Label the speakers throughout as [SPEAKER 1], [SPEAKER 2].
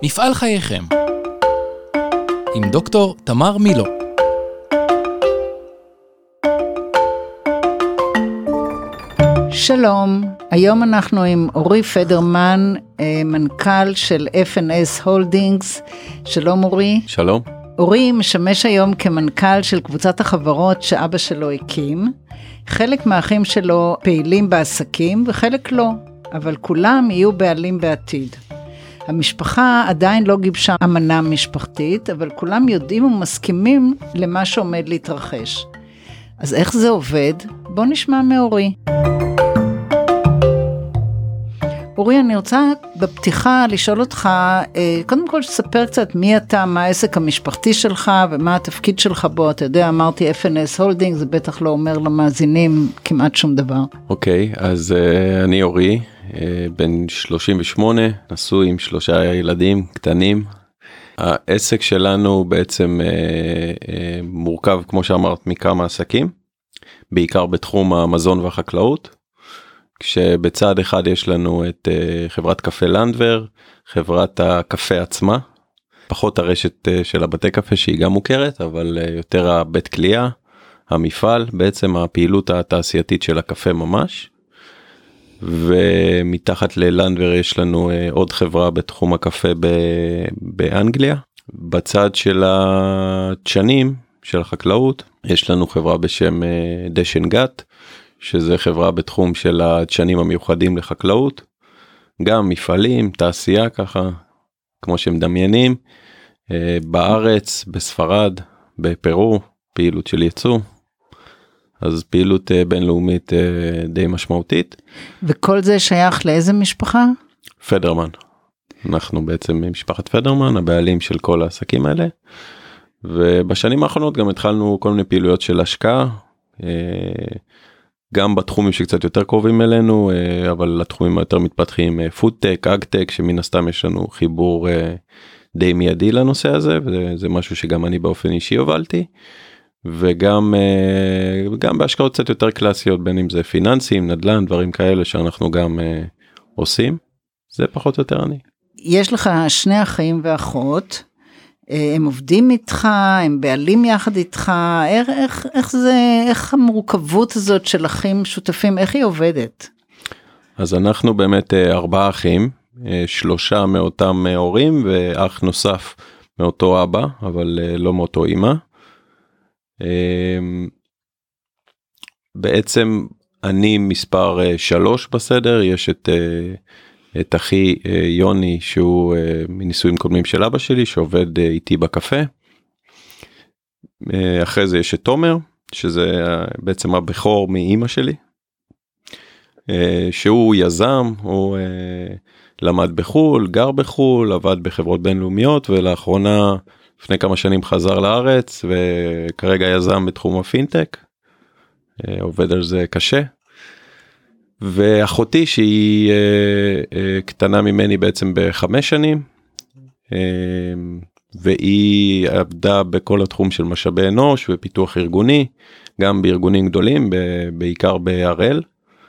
[SPEAKER 1] מפעל חייכם עם דוקטור תמר מילו.
[SPEAKER 2] שלום, היום אנחנו עם אורי פדרמן, מנכ"ל של F&S Holdings. שלום אורי.
[SPEAKER 3] שלום.
[SPEAKER 2] אורי משמש היום כמנכ"ל של קבוצת החברות שאבא שלו הקים. חלק מהאחים שלו פעילים בעסקים וחלק לא, אבל כולם יהיו בעלים בעתיד. המשפחה עדיין לא גיבשה אמנה משפחתית, אבל כולם יודעים ומסכימים למה שעומד להתרחש. אז איך זה עובד? בוא נשמע מאורי. אורי, אני רוצה בפתיחה לשאול אותך, קודם כל שתספר קצת מי אתה, מה העסק המשפחתי שלך ומה התפקיד שלך בו. אתה יודע, אמרתי F&S Holdings, זה בטח לא אומר למאזינים כמעט שום דבר.
[SPEAKER 3] אוקיי, אז אני אורי, בן 38, נשוי עם 3 ילדים קטנים. העסק שלנו בעצם מורכב, כמו שאמרת, מכמה עסקים, בעיקר בתחום המזון והחקלאות. כשבצד אחד יש לנו את חברת קפה לנדבר, חברת הקפה עצמה, פחות הרשת של הבתי קפה שהיא גם מוכרת, אבל יותר הבית קלייה, המפעל, בעצם הפעילות התעשייתית של הקפה ממש. ומתחת ללנדבר יש לנו עוד חברה בתחום הקפה באנגליה. בצד של הדשנים של החקלאות יש לנו חברה בשם דשן גת, שזה חברה בתחום של הדשנים המיוחדים לחקלאות, גם מפעלים, תעשייה ככה, כמו שמדמיינים, בארץ, בספרד, בפרו, פעילות של ייצוא, אז פעילות בינלאומית די משמעותית.
[SPEAKER 2] וכל זה שייך לאיזה משפחה?
[SPEAKER 3] פדרמן. אנחנו בעצם משפחת פדרמן, הבעלים של כל העסקים האלה, ובשנים האחרונות גם התחלנו כל מיני פעילויות של השקעה, גם בתחומים שקצת יותר קרובים אלינו, אבל לתחומים היותר מתפתחים, פודטק, אגטק, שמן הסתם יש לנו חיבור די מיידי לנושא הזה, וזה משהו שגם אני באופן אישי הובלתי, וגם בהשקעות קצת יותר קלאסיות, בין אם זה פיננסים, נדל"ן, דברים כאלה שאנחנו גם עושים, זה פחות או יותר אני.
[SPEAKER 2] יש לך 2 אחים ואחות, הם עובדים איתך, הם בעלים יחד איתך, איך המורכבות הזאת של אחים שותפים, איך היא עובדת?
[SPEAKER 3] אז אנחנו באמת 4 אחים, 3 מאותם הורים, ואח נוסף מאותו אבא, אבל לא מאותו אמא. בעצם אני מספר 3 בסדר, יש את אחי יוני שהוא מנישואים קודמים של אבא שלי שעובד איתי בקפה. אחרי זה יש את תומר שזה בעצם הבכור מאמא שלי, שהוא יזם, הוא למד בחול, גר בחול, עבד בחברות בינלאומיות, ולאחרונה לפני כמה שנים חזר לארץ וכרגע יזם בתחום הפינטק, עובד על זה קשה. ואחותי שהיא קטנה ממני בעצם ב5 שנים, והיא עבדה בכל התחום של משאבי אנוש ופיתוח ארגוני, גם בארגונים גדולים, בעיקר בהראל,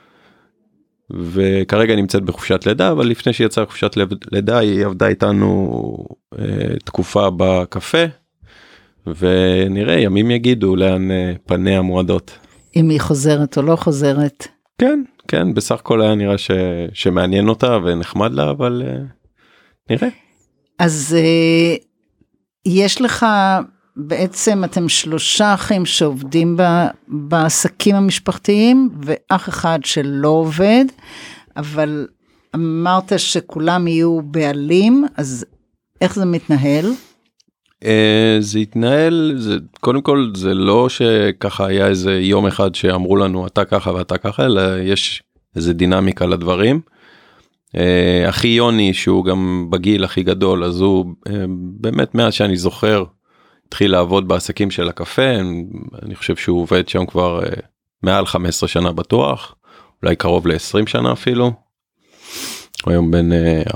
[SPEAKER 3] וכרגע נמצאת בחופשת לידה, אבל לפני שהיא יצאה בחופשת לידה היא עבדה איתנו תקופה בקפה, ונראה, ימים יגידו לאן פניה מועדות.
[SPEAKER 2] אם היא חוזרת או לא חוזרת.
[SPEAKER 3] כן, כן, בסך הכל היה נראה שמעניין אותה ונחמד לה, אבל נראה.
[SPEAKER 2] אז יש לך, בעצם אתם 3 אחים שעובדים בעסקים המשפחתיים, ואח אחד שלא עובד, אבל אמרת שכולם יהיו בעלים, אז איך זה מתנהל?
[SPEAKER 3] זה התנהל, קודם כל זה לא שככה היה איזה יום אחד שאמרו לנו אתה ככה ואתה ככה, אלא יש איזה דינמיקה לדברים. אחי יוני שהוא גם בגיל הכי גדול, אז הוא באמת מאז שאני זוכר התחיל לעבוד בעסקים של הקפה, אני חושב שהוא עובד שם כבר מעל 15 שנה בטוח, אולי קרוב ל-20 שנה אפילו, היום בין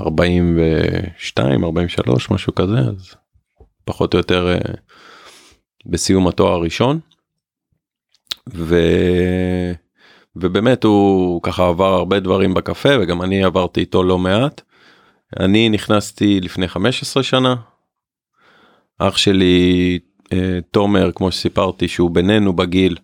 [SPEAKER 3] 42, 43, משהו כזה, אז פחות או יותר בסיום התואר הראשון, ובאמת הוא ככה עבר הרבה דברים בקפה, וגם אני עברתי איתו לא מעט, אני נכנסתי לפני 15 שנה, אח שלי תומר, כמו שסיפרתי, שהוא בינינו בגיל,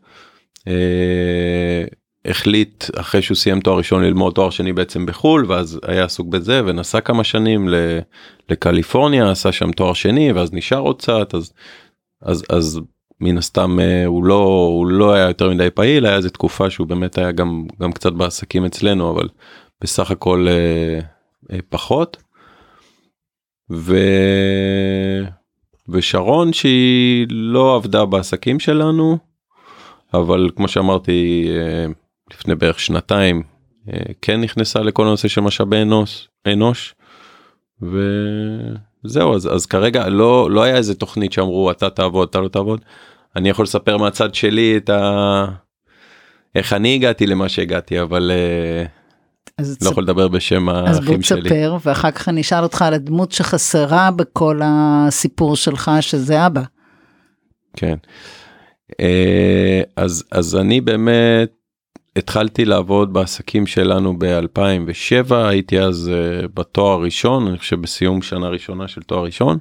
[SPEAKER 3] החליט אחרי שהוא סיים תואר ראשון ללמוד תואר שני בעצם בחול, ואז היה עסוק בזה ונסע כמה שנים לקליפורניה, עשה שם תואר שני ואז נשאר עוד קצת, אז מן הסתם הוא לא היה יותר מדי פעיל, היה איזו תקופה שהוא באמת היה גם קצת בעסקים אצלנו, אבל בסך הכל פחות. ושרון שהיא לא עבדה בעסקים שלנו, אבל כמו שאמרתי לפני בערך שנתיים, כן נכנסה לכל הנושא של משאבי אנוש, וזהו, אז כרגע לא היה איזה תוכנית שאמרו אתה תעבוד, אתה לא תעבוד. אני יכול לספר מהצד שלי איך אני הגעתי למה שהגעתי, אבל לא יכול לדבר בשם האחים שלי.
[SPEAKER 2] אז בוא תספר, ואחר כך אני אשאל אותך על הדמות שחסרה בכל הסיפור שלך, שזה אבא.
[SPEAKER 3] כן. אז אני באמת התחלתי לעבוד בעסקים שלנו ב-2007, הייתי אז בתואר הראשון, אני חושב בסיום שנה ראשונה של תואר ראשון,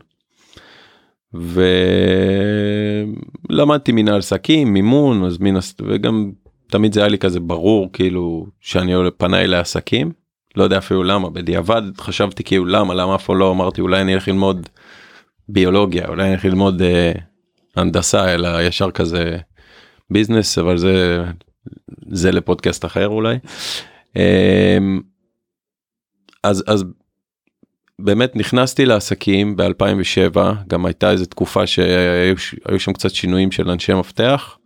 [SPEAKER 3] ולמדתי מנהל עסקים, מימון, וגם תמיד זה היה לי כזה ברור, כאילו, שאני פניי לעסקים, לא יודע אפילו למה, בדיעבד חשבתי כאילו למה אף לא אמרתי, אולי אני אלך ללמוד ביולוגיה, אולי אני אלך ללמוד הנדסה, אלא ישר כזה ביזנס, אבל זה לפודקאסט אחר אולי. אז באמת נכנסתי לעסקים ב-2007, גם הייתה איזו תקופה שהיו שם קצת שינויים של אנשי מפתח,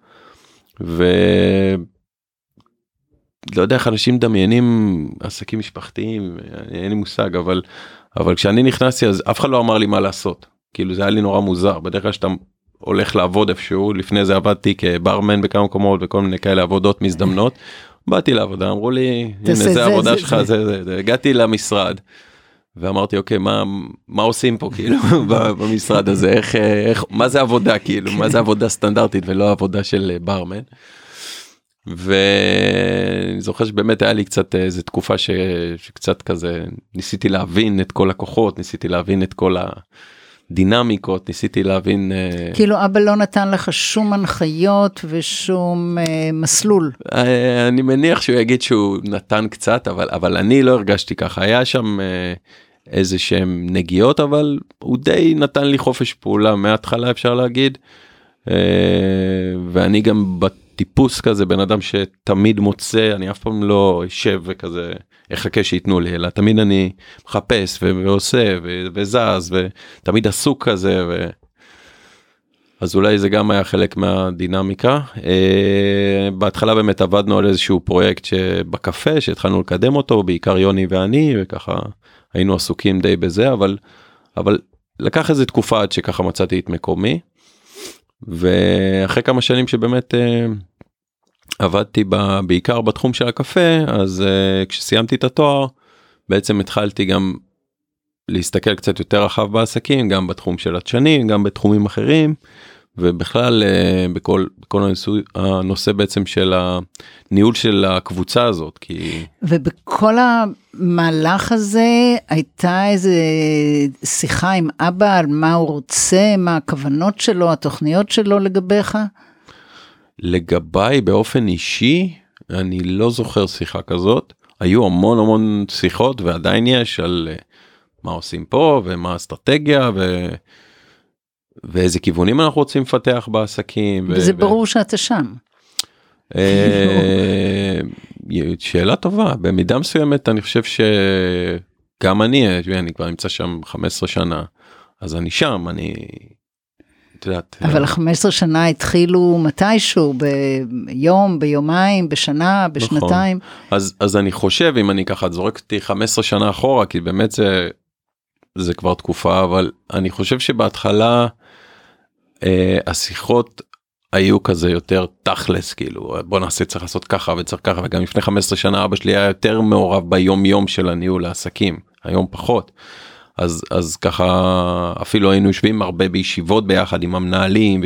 [SPEAKER 3] לא יודע איך אנשים דמיינים עסקים משפחתיים, אין לי מושג, אבל כשאני נכנסתי אז אף אחד לא אמר לי מה לעשות, כאילו זה היה לי נורא מוזר, בדרך כלל שאתה הולך לעבוד איפשהו, לפני זה עבדתי כברמן בכמה מקומות וכל מיני כאלה עבודות מזדמנות, באתי לעבודה, אמרו לי, הנה זה העבודה שלך, הגעתי למשרד, ואמרתי אוקיי, מה עושים פה כאילו במשרד הזה, מה זה עבודה כאילו, מה זה עבודה סטנדרטית ולא עבודה של ברמן. ואני זוכר שבאמת היה לי קצת איזו תקופה שקצת כזה ניסיתי להבין את כל הכוחות, ניסיתי להבין את כל הדינמיקות, ניסיתי להבין
[SPEAKER 2] כאילו אבא לא נתן לך שום הנחיות ושום מסלול.
[SPEAKER 3] אני מניח שהוא יגיד שהוא נתן קצת, אבל אני לא הרגשתי ככה, היה שם איזה שהם נגיעות, אבל הוא די נתן לי חופש פעולה מההתחלה אפשר להגיד, ואני גם טיפוס כזה, בן אדם שתמיד מוצא, אני אף פעם לא אשב וכזה, אחכה שיתנו לי, אלא תמיד אני מחפש ועושה וזז, ותמיד עסוק כזה, אז אולי זה גם היה חלק מהדינמיקה. בהתחלה באמת עבדנו על איזשהו פרויקט בקפה, שהתחלנו לקדם אותו, בעיקר יוני ואני, וככה היינו עסוקים די בזה, אבל לקח איזו תקופה עד שככה מצאתי את מקומי, ואחרי כמה שנים שבאמת עבדתי בעיקר בתחום של הקפה, אז כשסיימתי את התואר, בעצם התחלתי גם להסתכל קצת יותר רחב בעסקים, גם בתחום של הדשנים, גם בתחומים אחרים, ובכלל בכל הנושא בעצם של הניהול של הקבוצה הזאת.
[SPEAKER 2] ובכל המהלך הזה הייתה איזה שיחה עם אבא על מה הוא רוצה, מה הכוונות שלו, התוכניות שלו לגביך?
[SPEAKER 3] לגביי באופן אישי, אני לא זוכר שיחה כזאת. היו המון שיחות ועדיין יש על מה עושים פה ומה האסטרטגיה ואיזה כיוונים אנחנו רוצים לפתח בעסקים.
[SPEAKER 2] וזה ברור שאתה שם.
[SPEAKER 3] שאלה טובה, במידה מסוימת אני חושב שגם אני כבר נמצא שם 15 שנה, אז אני שם,
[SPEAKER 2] אבל 15 שנה התחילו מתישהו, ביום, ביומיים, בשנה, בשנתיים.
[SPEAKER 3] אז אני חושב, אם אני ככה זורקתי 15 שנה אחורה, כי באמת זה כבר תקופה, אבל אני חושב שבהתחלה השיחות היו כזה יותר תכלס, כאילו בוא נעשה, צריך לעשות ככה וצריך ככה, וגם לפני 15 שנה אבא שלי היה יותר מעורב ביום יום של הניהול העסקים, היום פחות. אז ככה אפילו היינו יושבים הרבה בישיבות ביחד עם המנהלים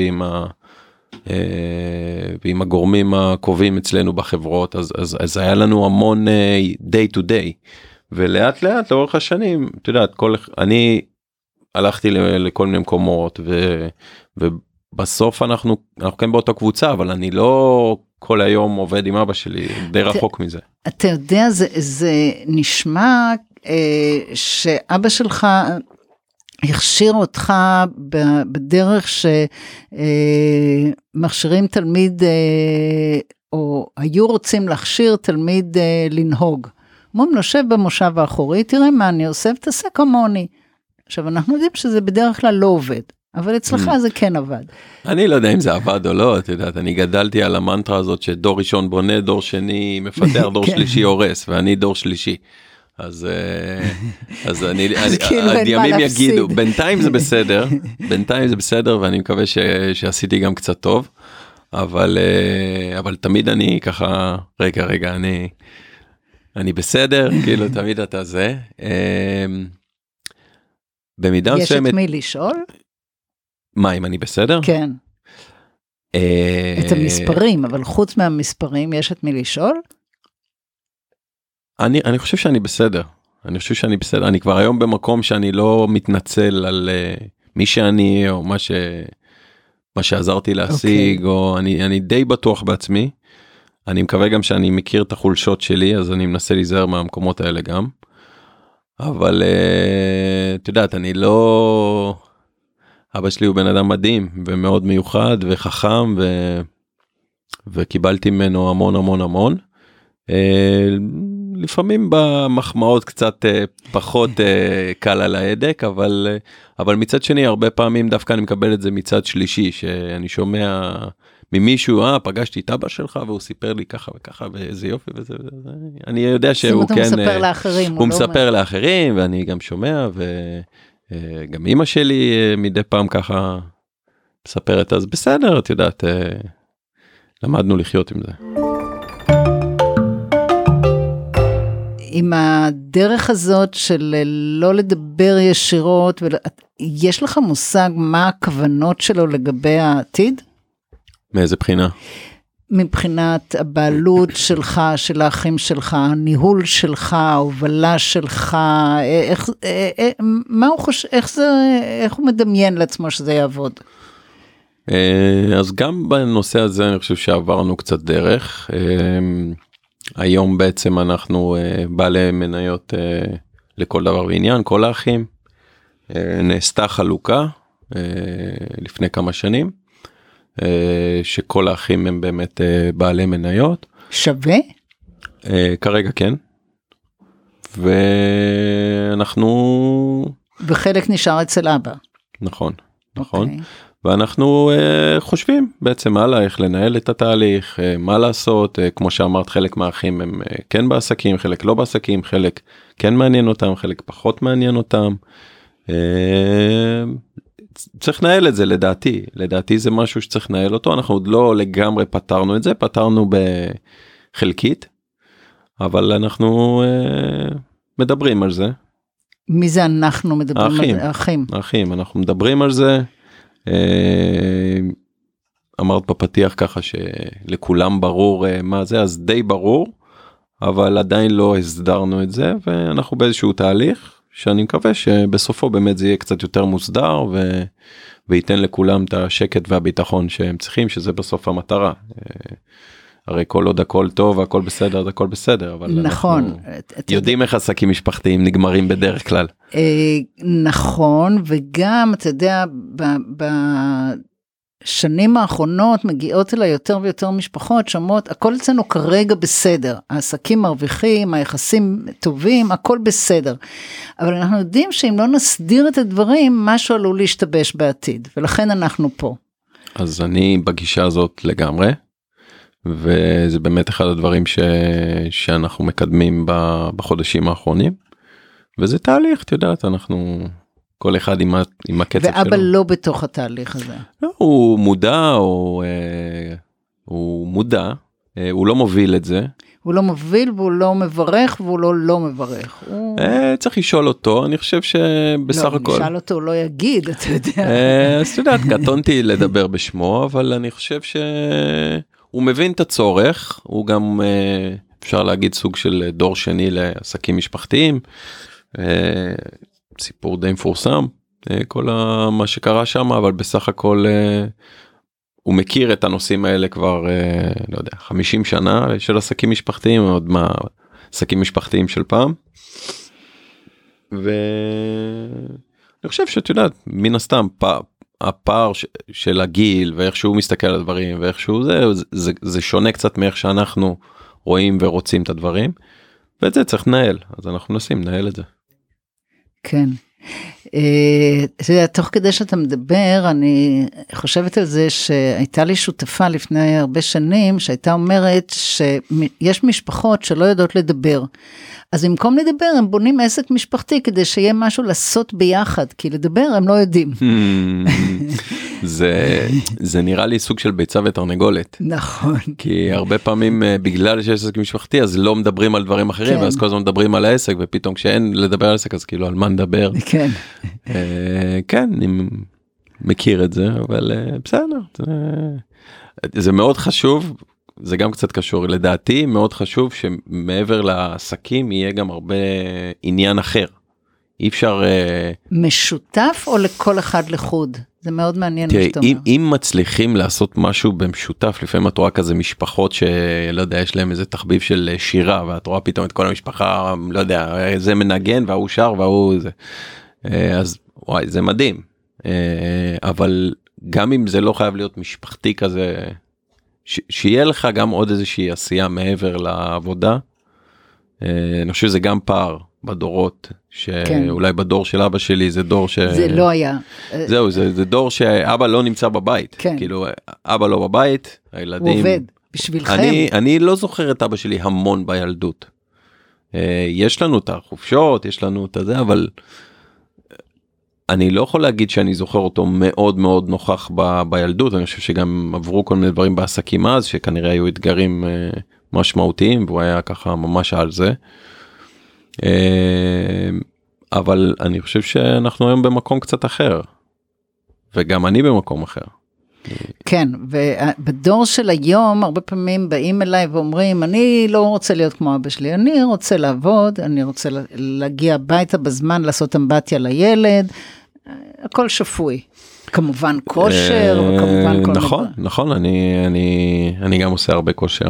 [SPEAKER 3] ועם הגורמים הקובעים אצלנו בחברות, אז היה לנו המון day to day, ולאט לאט לאורך השנים, אתה יודע, אני הלכתי לכל מיני מקומות, ובסוף אנחנו כן באותה קבוצה, אבל אני לא כל היום עובד עם אבא שלי, די רחוק מזה.
[SPEAKER 2] אתה יודע, זה נשמע שאבא שלך הכשיר אותך בדרך שמכשירים תלמיד, או היו רוצים להכשיר תלמיד לנהוג. אומרים, נושב במושב האחורי, תראה מה אני עושה, ותעשה כמוני. עכשיו, אנחנו יודעים שזה בדרך כלל לא עובד, אבל אצלך זה כן עבד.
[SPEAKER 3] אני לא יודע אם זה עבד או לא, את יודעת, אני גדלתי על המנטרה הזאת שדור ראשון בונה, דור שני מפתח, דור שלישי הורס, ואני דור שלישי. אז הימים יגידו, בינתיים זה בסדר, ואני מקווה שעשיתי גם קצת טוב, אבל תמיד אני ככה, רגע, אני בסדר, כאילו תמיד אתה זה. במידה מסוימת...
[SPEAKER 2] יש את מי לשאול?
[SPEAKER 3] מה, אם אני בסדר?
[SPEAKER 2] כן. את המספרים, אבל חוץ מהמספרים, יש את מי לשאול?
[SPEAKER 3] אני חושב שאני בסדר. אני כבר היום במקום שאני לא מתנצל על מי שאני, או מה שעזרתי להשיג, או אני די בטוח בעצמי. אני מקווה גם שאני מכיר את החולשות שלי, אז אני מנסה להיזהר מהמקומות האלה גם. אבל את יודעת, אני לא... אבא שלי הוא בן אדם מדהים, ומאוד מיוחד, וחכם, וקיבלתי ממנו המון. לפעמים במחמאות קצת פחות קל על ההדק, אבל מצד שני, הרבה פעמים דווקא אני מקבל את זה מצד שלישי, שאני שומע ממישהו, פגשתי את אבא שלך, והוא סיפר לי ככה וככה, ואיזה יופי, וזה. אני יודע שהוא כן...
[SPEAKER 2] הוא מספר לאחרים.
[SPEAKER 3] הוא מספר לאחרים, ואני גם שומע, וגם אמא שלי מדי פעם ככה מספרת, אז בסדר, את יודעת, למדנו לחיות עם זה.
[SPEAKER 2] עם הדרך הזאת של לא לדבר ישירות, יש לך מושג מה הכוונות שלו לגבי העתיד?
[SPEAKER 3] מאיזה בחינה?
[SPEAKER 2] מבחינת הבעלות שלך, של האחים שלך, הניהול שלך, ההובלה שלך, מה הוא חושב, איך הוא מדמיין לעצמו שזה יעבוד?
[SPEAKER 3] אז גם בנושא הזה אני חושב שעברנו קצת דרך. היום בעצם אנחנו בעלי מניות לכל דבר ועניין, כל האחים. נעשתה חלוקה לפני כמה שנים, שכל האחים הם באמת בעלי מניות.
[SPEAKER 2] שווה?
[SPEAKER 3] כרגע כן. ואנחנו...
[SPEAKER 2] וחלק נשאר אצל אבא.
[SPEAKER 3] נכון. ואנחנו חושבים בעצם הלאה איך לנהל את התהליך, מה לעשות, כמו שאמרת, חלק מהאחים הם כן בעסקים, חלק לא בעסקים, חלק כן מעניין אותם, חלק פחות מעניין אותם. צריך לנהל את זה לדעתי זה משהו שצריך לנהל אותו, אנחנו עוד לא לגמרי פתרנו את זה, פתרנו בחלקית, אבל אנחנו מדברים על זה.
[SPEAKER 2] מי זה אנחנו מדברים על זה?
[SPEAKER 3] האחים, אנחנו מדברים על זה. אמרת בפתיח ככה שלכולם ברור מה זה, אז די ברור, אבל עדיין לא הסדרנו את זה, ואנחנו באיזשהו תהליך שאני מקווה שבסופו באמת זה יהיה קצת יותר מוסדר, וייתן לכולם את השקט והביטחון שהם צריכים, שזה בסוף המטרה. הרי כל עוד הכל טוב והכל בסדר, אז הכל בסדר, אבל
[SPEAKER 2] נכון.
[SPEAKER 3] אנחנו יודעים איך עסקים משפחתיים נגמרים בדרך כלל.
[SPEAKER 2] נכון, וגם אתה יודע, בשנים האחרונות מגיעות אליי יותר ויותר משפחות, שמות, הכל אצלנו כרגע בסדר, העסקים מרוויחים, היחסים טובים, הכל בסדר, אבל אנחנו יודעים שאם לא נסדיר את הדברים, משהו עלול להשתבש בעתיד, ולכן אנחנו פה.
[SPEAKER 3] אז אני בגישה הזאת לגמרי, וזה באמת אחד הדברים שאנחנו מקדמים בחודשים האחרונים, וזה תהליך, את יודעת, אנחנו כל אחד עם הקצב שלו.
[SPEAKER 2] ואבא לא בתוך התהליך הזה.
[SPEAKER 3] לא, הוא מודע, הוא לא מוביל את זה.
[SPEAKER 2] הוא לא מוביל והוא לא מברך והוא לא מברך.
[SPEAKER 3] צריך לשאול אותו, אני חושב שבסך הכל...
[SPEAKER 2] לא, נשאל אותו, הוא לא יגיד, אתה יודע.
[SPEAKER 3] אז אתה יודעת, קטונתי לדבר בשמו, אבל אני חושב שהוא מבין את הצורך, הוא גם... אפשר להגיד סוג של דור שני לעסקים משפחתיים, סיפור די מפורסם, כל מה שקרה שם, אבל בסך הכל הוא מכיר את הנושאים האלה כבר, לא יודע, 50 שנה של עסקים משפחתיים, עוד מה, עסקים משפחתיים של פעם. ואני חושב שאת יודעת, מן הסתם, הפער של הגיל, ואיך שהוא מסתכל על הדברים, ואיך שהוא זה שונה קצת מאיך שאנחנו רואים ורוצים את הדברים, ואת זה צריך לנהל, אז אנחנו מנסים לנהל את זה.
[SPEAKER 2] כן. תוך כדי שאתה מדבר, אני חושבת על זה שהייתה לי שותפה לפני הרבה שנים, שהייתה אומרת שיש משפחות שלא יודעות לדבר. אז במקום לדבר, הם בונים עסק משפחתי, כדי שיהיה משהו לעשות ביחד, כי לדבר הם לא יודעים.
[SPEAKER 3] זה נראה לי סוג של ביצה ותרנגולת.
[SPEAKER 2] נכון.
[SPEAKER 3] כי הרבה פעמים בגלל שיש עסק משפחתי, אז לא מדברים על דברים אחרים, ואז כל הזמן מדברים על העסק, ופתאום כשאין לדבר על עסק, אז כאילו על מה נדבר.
[SPEAKER 2] כן.
[SPEAKER 3] כן, אני מכיר את זה, אבל בסדר. זה מאוד חשוב, זה גם קצת קשור. לדעתי מאוד חשוב שמעבר לעסקים יהיה גם הרבה עניין אחר. אי אפשר...
[SPEAKER 2] משותף או לכל אחד לחוד? זה מאוד מעניין מה שאתה אומר.
[SPEAKER 3] אם מצליחים לעשות משהו במשותף, לפעמים את רואה כזה משפחות שלא יודע, יש להם איזה תחביב של שירה, ואת רואה פתאום את כל המשפחה, לא יודע, זה מנגן והוא שר והוא זה. אז וואי, זה מדהים. אבל גם אם זה לא חייב להיות משפחתי כזה, שיהיה לך גם עוד איזושהי עשייה מעבר לעבודה. אני חושב שזה גם פער בדורות, שאולי בדור של אבא שלי זה דור
[SPEAKER 2] זה לא היה.
[SPEAKER 3] זהו, זה דור שאבא לא נמצא בבית. כאילו, אבא לא בבית, הילדים...
[SPEAKER 2] הוא עובד, בשבילכם.
[SPEAKER 3] אני לא זוכר את אבא שלי המון בילדות. יש לנו את החופשות, יש לנו את זה, אבל אני לא יכול להגיד שאני זוכר אותו מאוד מאוד נוכח בילדות. אני חושב שגם עברו כל מיני דברים בעסקים אז, שכנראה היו אתגרים משמעותיים, והוא היה ככה ממש על זה. אבל אני חושב שאנחנו היום במקום קצת אחר, וגם אני במקום אחר.
[SPEAKER 2] כן, ובדור של היום הרבה פעמים באים אליי ואומרים, אני לא רוצה להיות כמו אבא שלי, אני רוצה לעבוד, אני רוצה להגיע הביתה בזמן, לעשות אמבטיה לילד, הכל שפוי. כמובן כושר, וכמובן כל
[SPEAKER 3] נכון, נכון, אני גם עושה הרבה כושר.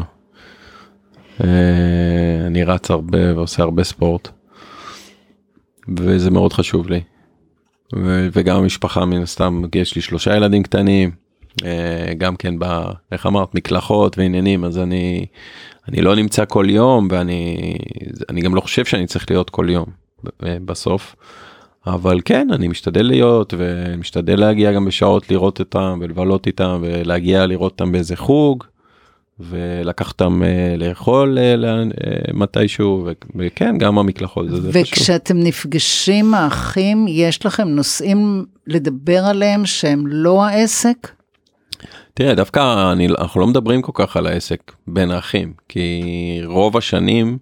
[SPEAKER 3] אני רץ הרבה ועושה הרבה ספורט, וזה מאוד חשוב לי. וגם המשפחה, מן הסתם, יש לי 3 ילדים קטנים, גם כן איך אמרת, מקלחות ועניינים, אז אני לא נמצא כל יום, ואני גם לא חושב שאני צריך להיות כל יום בסוף, אבל כן, אני משתדל להיות, ומשתדל להגיע גם בשעות לראות אותם, ולבלות איתם, ולהגיע לראות אותם באיזה חוג, ולקחתם לאכול מתישהו, וכן, גם המקלחות, זה חשוב.
[SPEAKER 2] וכשאתם נפגשים האחים, יש לכם נושאים לדבר עליהם שהם לא העסק?
[SPEAKER 3] תראה, דווקא אנחנו לא מדברים כל כך על העסק בין האחים, כי רוב השנים,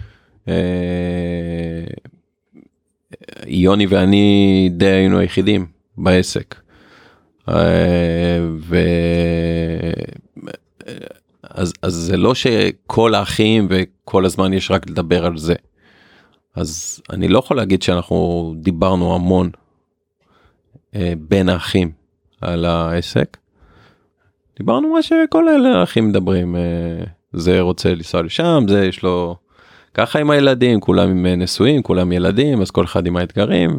[SPEAKER 3] יוני ואני די היינו היחידים בעסק. אז זה לא שכל האחים וכל הזמן יש רק לדבר על זה. אז אני לא יכול להגיד שאנחנו דיברנו המון בין האחים על העסק. דיברנו מה שכל אלה האחים מדברים. זה רוצה לנסוע לשם, זה יש לו ככה עם הילדים, כולם עם נשואים, כולם ילדים, אז כל אחד עם האתגרים,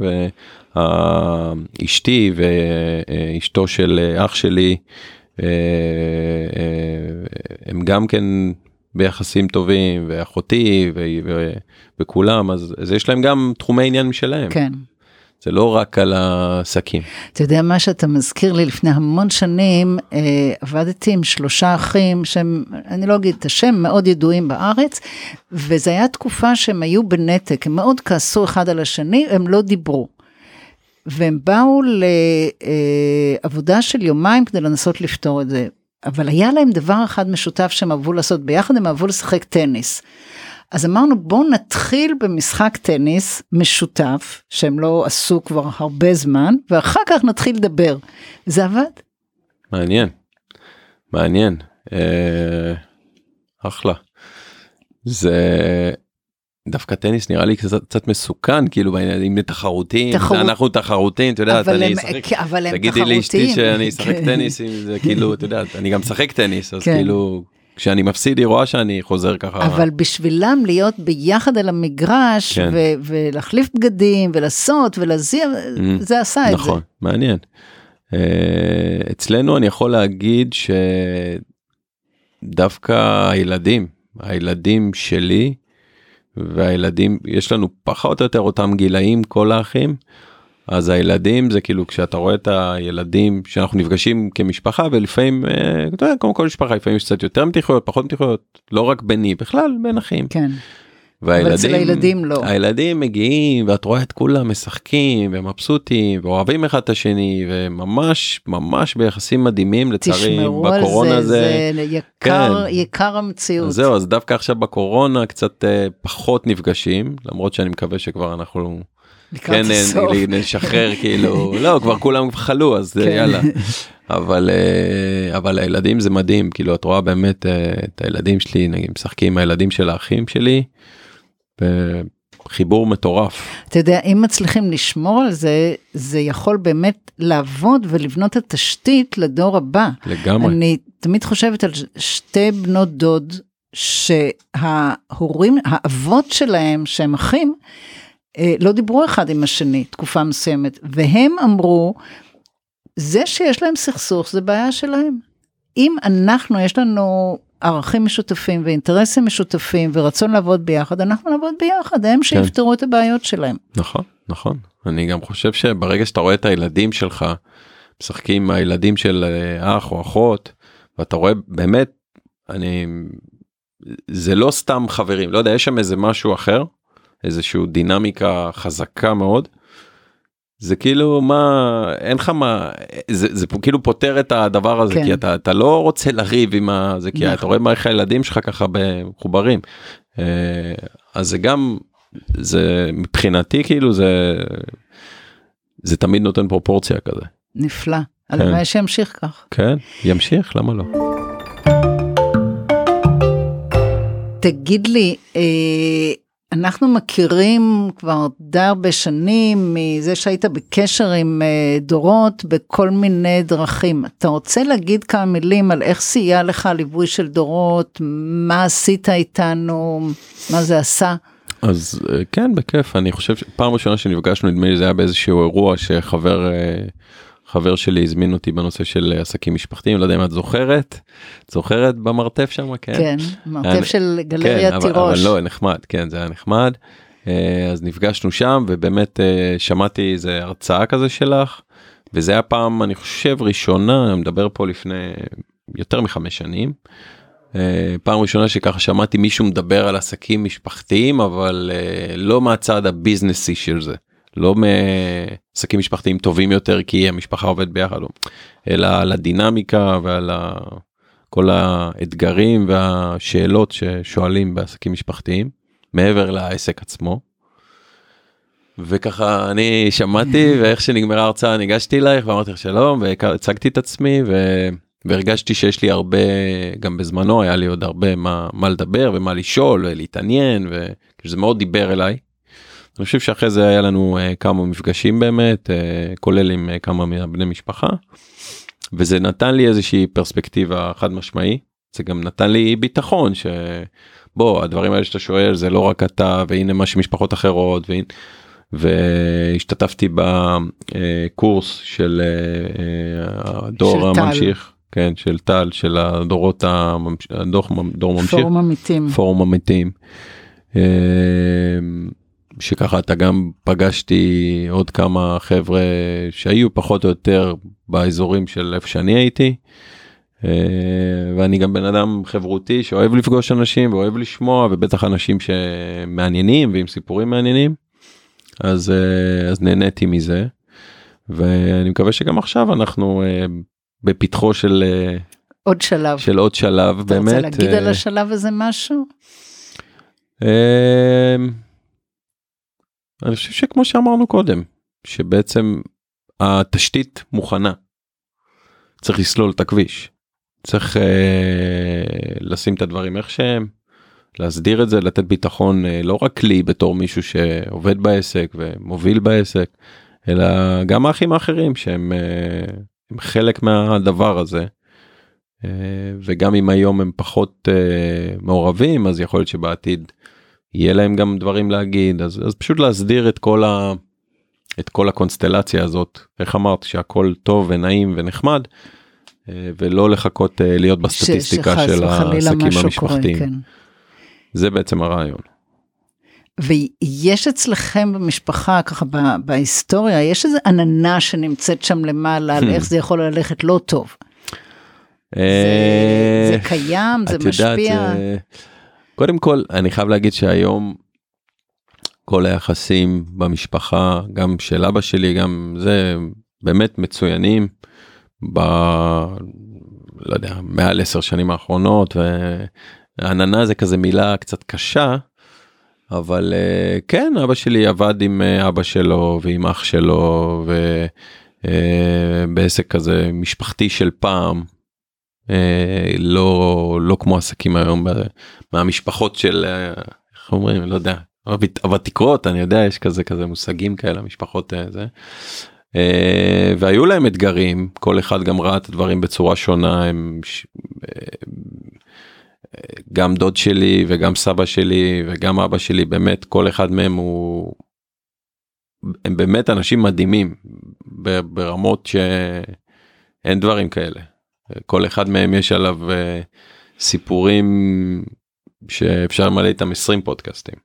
[SPEAKER 3] ואשתי ואשתו של אח שלי, הם גם כן ביחסים טובים, ואחותי וכולם, אז יש להם גם תחומי עניין משלהם.
[SPEAKER 2] כן.
[SPEAKER 3] זה לא רק על העסקים.
[SPEAKER 2] אתה יודע מה שאתה מזכיר לי, לפני המון שנים עבדתי עם 3 אחים, שהם, אני לא אגיד את השם, מאוד ידועים בארץ, וזו הייתה תקופה שהם היו בנתק, הם מאוד כעסו אחד על השני, הם לא דיברו. והם באו לעבודה של יומיים כדי לנסות לפתור את זה. אבל היה להם דבר אחד משותף שהם אהבו לעשות ביחד, הם אהבו לשחק טניס. אז אמרנו, בואו נתחיל במשחק טניס משותף, שהם לא עשו כבר הרבה זמן, ואחר כך נתחיל לדבר. זה עבד.
[SPEAKER 3] מעניין. אחלה. זה דווקא טניס נראה לי קצת מסוכן, כאילו אם תחרותיים, אנחנו תחרותיים, אתה יודע, תגידי לי אשתי שאני אשחק טניס, זה כאילו, אתה יודע, אני גם משחק טניס, אז כאילו, כשאני מפסיד היא רואה שאני חוזר ככה.
[SPEAKER 2] אבל בשבילם להיות ביחד על המגרש, ולהחליף בגדים, ולעשות, ולהזיע, זה עשה את זה.
[SPEAKER 3] נכון, מעניין. אצלנו אני יכול להגיד שדווקא הילדים שלי, והילדים, יש לנו פחות או יותר אותם גילאים, כל האחים, אז הילדים זה כאילו, כשאתה רואה את הילדים, שאנחנו נפגשים כמשפחה, ולפעמים, אתה יודע, כמו כל משפחה, לפעמים יש קצת יותר מתיחויות, פחות מתיחויות, לא רק ביני, בכלל בין אחים.
[SPEAKER 2] כן. אבל אצל הילדים לא.
[SPEAKER 3] הילדים מגיעים, ואת רואה את כולם משחקים, ומבסוטים, ואוהבים אחד את השני, וממש, ממש ביחסים מדהימים, לצערי, בקורונה זה
[SPEAKER 2] יקר המציאות.
[SPEAKER 3] זהו, אז דווקא עכשיו בקורונה, קצת פחות נפגשים, למרות שאני מקווה שכבר אנחנו, כן, נשחרר כאילו, לא, כבר כולם חלו, אז יאללה. אבל הילדים זה מדהים, כאילו, את רואה באמת את הילדים שלי, נגיד, משחקים עם הילדים של האחים שלי, חיבור מטורף.
[SPEAKER 2] אתה יודע, אם מצליחים לשמור על זה, זה יכול באמת לעבוד ולבנות את התשתית לדור הבא.
[SPEAKER 3] לגמרי.
[SPEAKER 2] אני תמיד חושבת על שתי בנות דוד, שההורים, האבות שלהם, שהם אחים, לא דיברו אחד עם השני, תקופה מסוימת, והם אמרו, זה שיש להם סכסוך, זה בעיה שלהם. אם אנחנו, יש לנו ערכים משותפים ואינטרסים משותפים ורצון לעבוד ביחד, אנחנו נעבוד ביחד, הם שיפתרו את הבעיות שלהם.
[SPEAKER 3] נכון, נכון. אני גם חושב שברגע שאתה רואה את הילדים שלך, משחקים עם הילדים של אח או אחות, ואתה רואה באמת, זה לא סתם חברים, לא יודע, יש שם איזה משהו אחר, איזושהי דינמיקה חזקה מאוד, זה כאילו מה, אין לך מה, זה כאילו פותר את הדבר הזה, כי אתה לא רוצה לריב עם זה, כי אתה רואה מערכת הילדים שלך ככה מחוברים, אז זה גם, זה מבחינתי כאילו זה תמיד נותן פרופורציה כזה.
[SPEAKER 2] נפלא, הלוואי שימשיך כך.
[SPEAKER 3] כן, ימשיך, למה לא?
[SPEAKER 2] תגיד לי, אנחנו מכירים כבר די הרבה שנים, מזה שהיית בקשר עם דורות בכל מיני דרכים. אתה רוצה להגיד כמה מילים על איך סייע לך ליווי של דורות, מה עשית איתנו, מה זה עשה?
[SPEAKER 3] אז כן, בכיף. אני חושב שפעם ראשונה שנפגשנו, נדמה לי זה היה באיזשהו אירוע חבר שלי הזמין אותי בנושא של עסקים משפחתיים, לא יודע אם את זוכרת במרתף שם, כן?
[SPEAKER 2] כן, מרתף של גלריה תירוש.
[SPEAKER 3] אבל לא, נחמד, כן, זה היה נחמד. אז נפגשנו שם, ובאמת שמעתי איזה הרצאה כזה שלך, וזה היה פעם, אני חושב, ראשונה, אני מדבר פה לפני יותר מ5 שנים, פעם ראשונה שככה שמעתי מישהו מדבר על עסקים משפחתיים, אבל לא מהצד הביזנסי של זה. לא מעסקים משפחתיים טובים יותר כי המשפחה עובד ביחד, אלא על הדינמיקה ועל כל האתגרים והשאלות ששואלים בעסקים משפחתיים, מעבר לעסק עצמו. וככה אני שמעתי, ואיך שנגמרה ההרצאה ניגשתי אלייך ואמרתי לך שלום, והצגתי את עצמי, והרגשתי שיש לי הרבה, גם בזמנו היה לי עוד הרבה מה לדבר ומה לשאול ולהתעניין, וזה מאוד דיבר אליי. אני חושב שאחרי זה היה לנו כמה מפגשים באמת, כולל עם כמה מבני משפחה, וזה נתן לי איזושהי פרספקטיבה חד משמעי, זה גם נתן לי ביטחון, שבוא, הדברים האלה שאתה שואל, זה לא רק אתה, והנה מה שמשפחות אחרות, והשתתפתי בקורס של הדור הממשיך, כן, של טל, של הדורות, דור ממשיך, פורום אמיתים, שככה אתה גם פגשתי עוד כמה חבר'ה שהיו פחות או יותר באזורים של איפה שאני הייתי, ואני גם בן אדם חברותי שאוהב לפגוש אנשים ואוהב לשמוע, ובטח אנשים שמעניינים ועם סיפורים מעניינים, אז נהניתי מזה, ואני מקווה שגם עכשיו אנחנו בפתחו של
[SPEAKER 2] עוד שלב.
[SPEAKER 3] של עוד שלב,
[SPEAKER 2] אתה
[SPEAKER 3] באמת.
[SPEAKER 2] רוצה להגיד על השלב הזה משהו?
[SPEAKER 3] אני חושב שכמו שאמרנו קודם, שבעצם התשתית מוכנה, צריך לסלול את הכביש, צריך לשים את הדברים איך שהם, להסדיר את זה, לתת ביטחון לא רק לי בתור מישהו שעובד בעסק ומוביל בעסק, אלא גם האחים האחרים שהם חלק מהדבר הזה, וגם אם היום הם פחות מעורבים, אז יכול להיות שבעתיד יהיה להם גם דברים להגיד, אז פשוט להסדיר את כל הקונסטלציה הזאת, איך אמרת, שהכל טוב ונעים ונחמד, ולא לחכות להיות בסטטיסטיקה של העסקים המשפחתיים. כן. זה בעצם הרעיון.
[SPEAKER 2] ויש אצלכם במשפחה, ככה בהיסטוריה, יש איזו עננה שנמצאת שם למעלה, על איך זה יכול ללכת לא טוב. זה קיים, זה משפיע.
[SPEAKER 3] קודם כל, אני חייב להגיד שהיום, כל היחסים במשפחה, גם של אבא שלי, גם זה באמת מצוינים, לא יודע, מעל 10 שנים האחרונות, והעננה זה כזה מילה קצת קשה, אבל כן, אבא שלי עבד עם אבא שלו ועם אח שלו, ובעסק כזה משפחתי של פעם, לא כמו עסקים היום, מהמשפחות של, איך אומרים, לא יודע, הוותיקות, אני יודע, יש כזה מושגים כאלה, משפחות זה. והיו להם אתגרים, כל אחד גם ראה את הדברים בצורה שונה, גם דוד שלי וגם סבא שלי וגם אבא שלי, באמת כל אחד מהם הם באמת אנשים מדהימים, ברמות שאין דברים כאלה. כל אחד מהם יש עליו סיפורים שאפשר למלא איתם 20 פודקאסטים.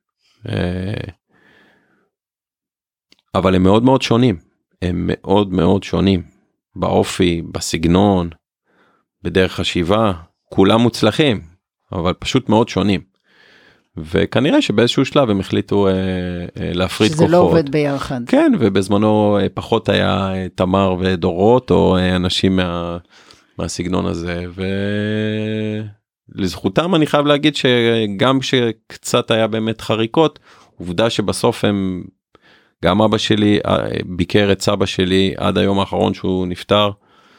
[SPEAKER 3] אבל הם מאוד מאוד שונים. הם מאוד מאוד שונים. באופי, בסגנון, בדרך חשיבה. כולם מוצלחים, אבל פשוט מאוד שונים. וכנראה שבאיזשהו שלב הם החליטו להפריד כוחות.
[SPEAKER 2] שזה לא עובד ביחד.
[SPEAKER 3] כן, ובזמנו פחות היה תמר ודורות, או אנשים מהסגנון הזה, ולזכותם אני חייב להגיד שגם שקצת היה באמת חריקות, עובדה שבסוף הם, גם אבא שלי ביקר את סבא שלי עד היום האחרון שהוא נפטר,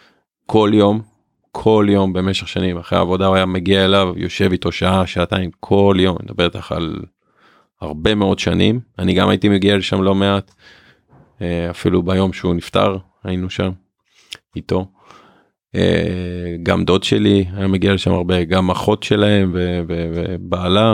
[SPEAKER 3] כל יום במשך שנים, אחרי העבודה הוא היה מגיע אליו, יושב איתו שעה, שעתיים, כל יום, נדבר איתך על הרבה מאוד שנים, אני גם הייתי מגיע לשם לא מעט, אפילו ביום שהוא נפטר, היינו שם איתו, גם דוד שלי היה מגיע לשם הרבה, גם אחות שלהם ובעלה,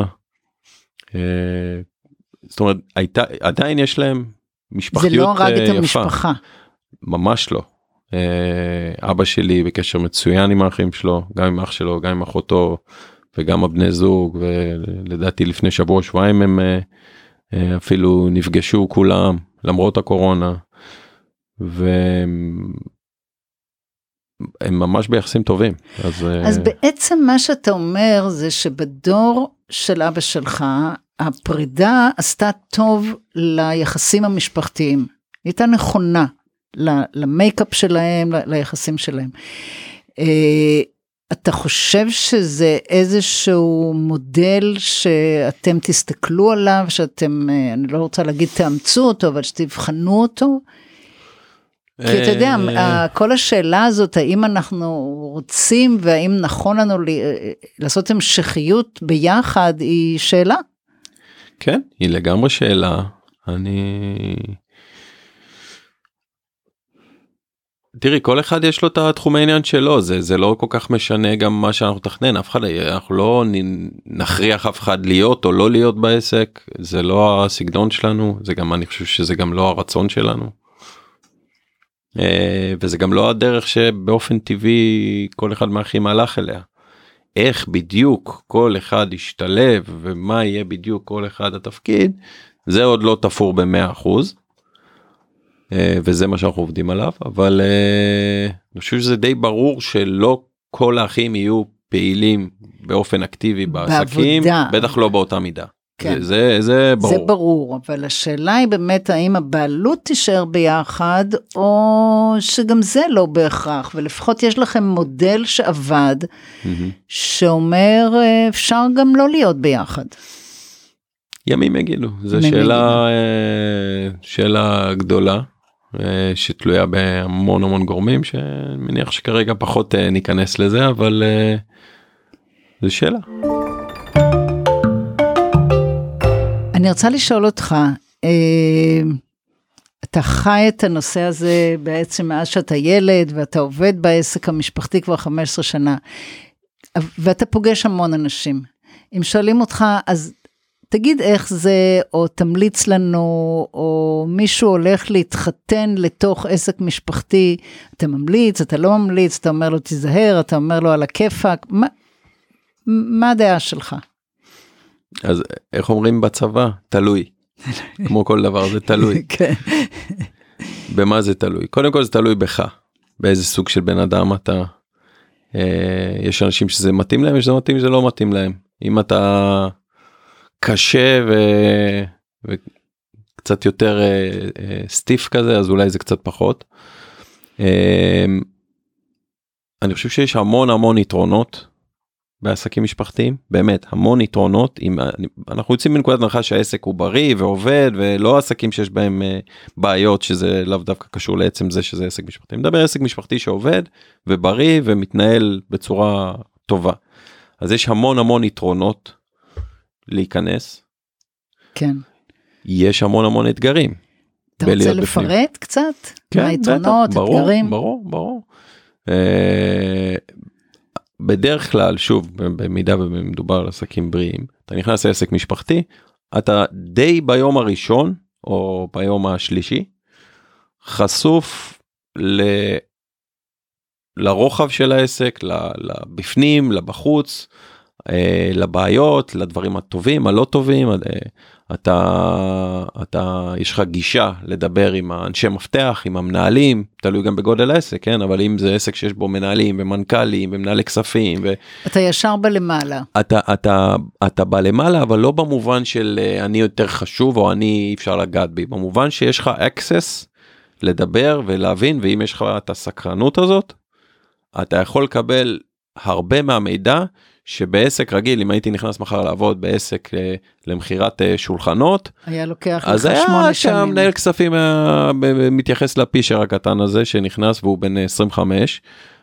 [SPEAKER 3] זאת אומרת, עדיין יש להם משפחתיות יפה.
[SPEAKER 2] זה לא הרג את המשפחה.
[SPEAKER 3] ממש לא. אבא שלי בקשר מצוין עם האחים שלו, גם עם אח שלו, גם עם אחותו, וגם הבני זוג, ולדעתי לפני שבוע-שבועיים הם אפילו נפגשו כולם, למרות הקורונה, והם ממש ביחסים טובים.
[SPEAKER 2] אז בעצם מה שאתה אומר זה שבדור של אבא שלך, הפרידה עשתה טוב ליחסים המשפחתיים, הייתה נכונה למייקאפ שלהם, ליחסים שלהם. אתה חושב שזה איזשהו מודל שאתם תסתכלו עליו, שאתם, אני לא רוצה להגיד תאמצו אותו, אבל שתבחנו אותו? כי אתה יודע, כל השאלה הזאת, האם אנחנו רוצים, והאם נכון לנו לעשות המשכיות ביחד, היא שאלה.
[SPEAKER 3] כן, היא לגמרי שאלה. תראי, כל אחד יש לו את התחום העניין שלו, זה לא כל כך משנה גם מה שאנחנו תכנן, אנחנו לא נכריח אף אחד להיות או לא להיות בעסק, זה לא הסגנון שלנו, אני חושב שזה גם לא הרצון שלנו, וזה גם לא הדרך שבאופן טבעי כל אחד מהאחים הלך אליה. איך בדיוק כל אחד ישתלב, ומה יהיה בדיוק כל אחד התפקיד, זה עוד לא תפור ב100%, וזה מה שאנחנו עובדים עליו, אבל אני חושב שזה די ברור שלא כל האחים יהיו פעילים באופן אקטיבי בעסקים, בטח לא באותה מידה.
[SPEAKER 2] כן.
[SPEAKER 3] זה ברור.
[SPEAKER 2] זה ברור, אבל השאלה היא באמת האם הבעלות תישאר ביחד, או שגם זה לא בהכרח, ולפחות יש לכם מודל שעבד, שאומר אפשר גם לא להיות ביחד.
[SPEAKER 3] ימים יגידו, זו שאלה גדולה, שתלויה בהמון המון גורמים, שמניח שכרגע פחות ניכנס לזה, אבל זו שאלה.
[SPEAKER 2] אני רוצה לשאול אותך, אתה חי את הנושא הזה בעצם מאז שאתה ילד, ואתה עובד בעסק המשפחתי כבר 15 שנה, ואתה פוגש המון אנשים. אם שואלים אותך, אז תגיד איך זה, או תמליץ לנו, או מישהו הולך להתחתן לתוך עסק משפחתי, אתה ממליץ, אתה לא ממליץ, אתה אומר לו תיזהר, אתה אומר לו על הכיפק, מה הדעה שלך?
[SPEAKER 3] אז איך אומרים בצבא? תלוי. כמו כל דבר זה תלוי.
[SPEAKER 2] כן.
[SPEAKER 3] במה זה תלוי? קודם כל זה תלוי בך. באיזה סוג של בן אדם אתה. יש אנשים שזה מתאים להם, יש שזה מתאים, שזה לא מתאים להם. אם אתה קשה וקצת יותר סטיף כזה, אז אולי זה קצת פחות. אני חושב שיש המון יתרונות בעסקים משפחתיים, באמת, המון יתרונות. אנחנו יוצאים מנקודת הנחה שהעסק הוא בריא ועובד, ולא עסקים שיש בהם בעיות, שזה לאו דווקא קשור לעצם זה שזה עסק משפחתי. מדבר עסק משפחתי שעובד ובריא ומתנהל בצורה טובה. אז יש המון יתרונות להיכנס.
[SPEAKER 2] כן.
[SPEAKER 3] יש המון אתגרים.
[SPEAKER 2] אתה רוצה לפרט קצת?
[SPEAKER 3] כן,
[SPEAKER 2] מה היתרונות, אתגרים?
[SPEAKER 3] ברור. בדרך כלל, שוב, במידה ומדובר על עסקים בריאים, אתה נכנס לעסק משפחתי, אתה די ביום הראשון, או ביום השלישי, חשוף לרוחב של העסק, לבפנים, לבחוץ, לבעיות, לדברים הטובים, הלא טובים, יש לך גישה לדבר עם האנשי מפתח, עם המנהלים, תלוי גם בגודל העסק, כן? אבל אם זה עסק שיש בו מנהלים ומנכ"לים ומנהלי כספים.
[SPEAKER 2] אתה ישר בלמעלה.
[SPEAKER 3] אתה בלמעלה, אבל לא במובן של אני יותר חשוב או אני אפשר לגעת בי, במובן שיש לך access לדבר ולהבין, ואם יש לך את הסקרנות הזאת, אתה יכול לקבל הרבה מהמידע, שבעסק רגיל, אם הייתי נכנס מחר לעבוד בעסק למחירת שולחנות,
[SPEAKER 2] היה לוקח לך 8
[SPEAKER 3] אז
[SPEAKER 2] שנים.
[SPEAKER 3] היה שהמנהל כספים מתייחס לפישר הקטן הזה, שנכנס והוא בן 25,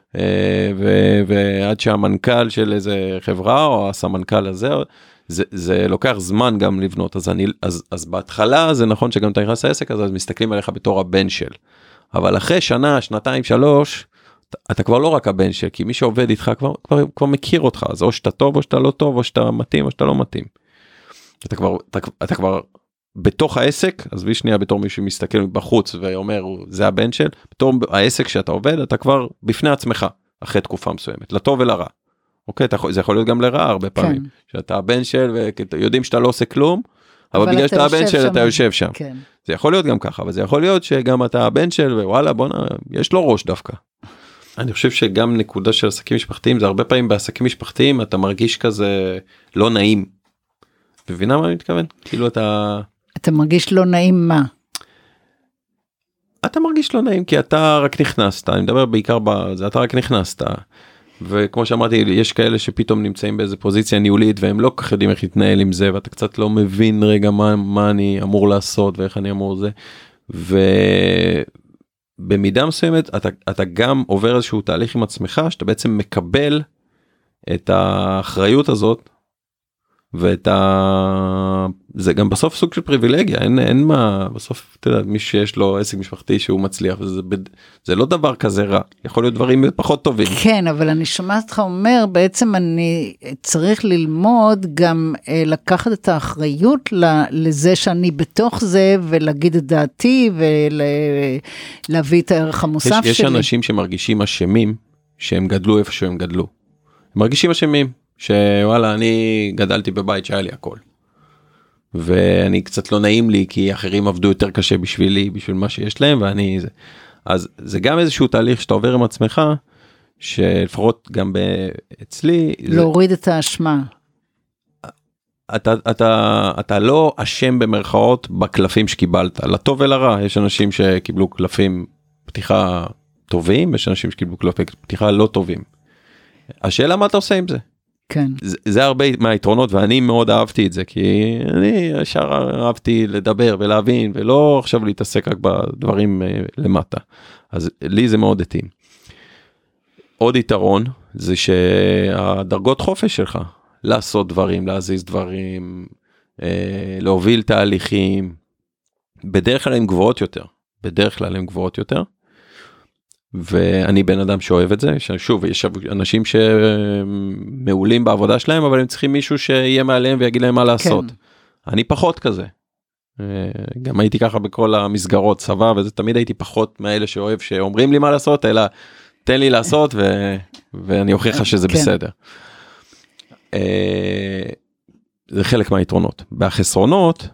[SPEAKER 3] ועד שהמנכ"ל של איזה חברה, או הסמנכ"ל הזה, זה לוקח זמן גם לבנות, אז בהתחלה זה נכון שגם אתה נכנס לעסק, אז מסתכלים עליך בתור הבן של, אבל אחרי שנה, שנתיים, 3, אתה כבר לא רק הבן של, כי מי שעובד איתך כבר מכיר אותך, אז או שאתה טוב, או שאתה לא טוב, או שאתה מתאים, או שאתה לא מתאים. אתה כבר בתוך העסק, אז בי שנייה בתור מישהו מסתכל בחוץ ואומר, זה הבן של, בתור העסק שאתה עובד, אתה כבר בפני עצמך, אחרי תקופה מסוימת, לטוב ולרע. אוקיי, זה יכול להיות גם לרע הרבה פעמים, שאתה הבן של, ויודעים שאתה לא עושה כלום, אבל בגלל שאתה הבן של, אתה יושב שם. זה יכול להיות גם ככה, אבל זה יכול להיות שגם אתה הבן של, ווואלה, בוא, יש לו ראש דווקא. אני חושב שגם נקודה של עסקים משפחתיים, זה הרבה פעמים בעסקים משפחתיים, אתה מרגיש כזה לא נעים. מבינה מה אני מתכוון? כאילו
[SPEAKER 2] אתה מרגיש לא נעים מה?
[SPEAKER 3] אתה מרגיש לא נעים כי אתה רק נכנסת, אני מדבר בעיקר בזה, אתה רק נכנסת, וכמו שאמרתי, יש כאלה שפתאום נמצאים באיזה פוזיציה ניהולית, והם לא כך יודעים איך להתנהל עם זה, ואתה קצת לא מבין רגע מה אני אמור לעשות, ואיך אני אמור זה, במידה מסוימת, אתה גם עובר איזשהו תהליך עם עצמך, שאתה בעצם מקבל את האחריות הזאת, זה גם בסוף סוג של פריבילגיה, אין מה, בסוף, אתה יודע, מי שיש לו עסק משפחתי שהוא מצליח, זה לא דבר כזה רע, יכול להיות דברים פחות טובים.
[SPEAKER 2] כן, אבל אני שומעת אותך אומר, בעצם אני צריך ללמוד גם לקחת את האחריות לזה שאני בתוך זה, ולהגיד את דעתי, ולהביא את הערך המוסף שלי.
[SPEAKER 3] יש אנשים שמרגישים אשמים, שהם גדלו איפה שהם גדלו. הם מרגישים אשמים. שוואלה, אני גדלתי בבית שהיה לי הכל. ואני קצת לא נעים לי, כי אחרים עבדו יותר קשה בשבילי, בשביל מה שיש להם, ואני זה. אז זה גם איזשהו תהליך שאתה עובר עם עצמך, שלפחות גם אצלי...
[SPEAKER 2] להוריד את האשמה.
[SPEAKER 3] אתה לא אשם במרכאות בקלפים שקיבלת, לטוב ולרע. יש אנשים שקיבלו קלפים פתיחה טובים, יש אנשים שקיבלו קלפי פתיחה לא טובים. השאלה מה אתה עושה עם זה?
[SPEAKER 2] כן.
[SPEAKER 3] זה הרבה מהיתרונות, ואני מאוד אהבתי את זה, כי אני ישר אהבתי לדבר ולהבין, ולא עכשיו להתעסק רק בדברים למטה. אז לי זה מאוד התאים. עוד יתרון, זה שהדרגות חופש שלך, לעשות דברים, להזיז דברים, להוביל תהליכים, בדרך כלל הן גבוהות יותר, ואני בן אדם שאוהב את זה, שוב, יש אנשים שמעולים בעבודה שלהם, אבל הם צריכים מישהו שיהיה מעליהם ויגיד להם מה לעשות. כן. אני פחות כזה. גם הייתי ככה בכל המסגרות, צבא, וזה תמיד הייתי פחות מאלה שאוהב, שאומרים לי מה לעשות, אלא תן לי לעשות, ואני אוכיח לך שזה בסדר. זה חלק מהיתרונות. והחסרונות,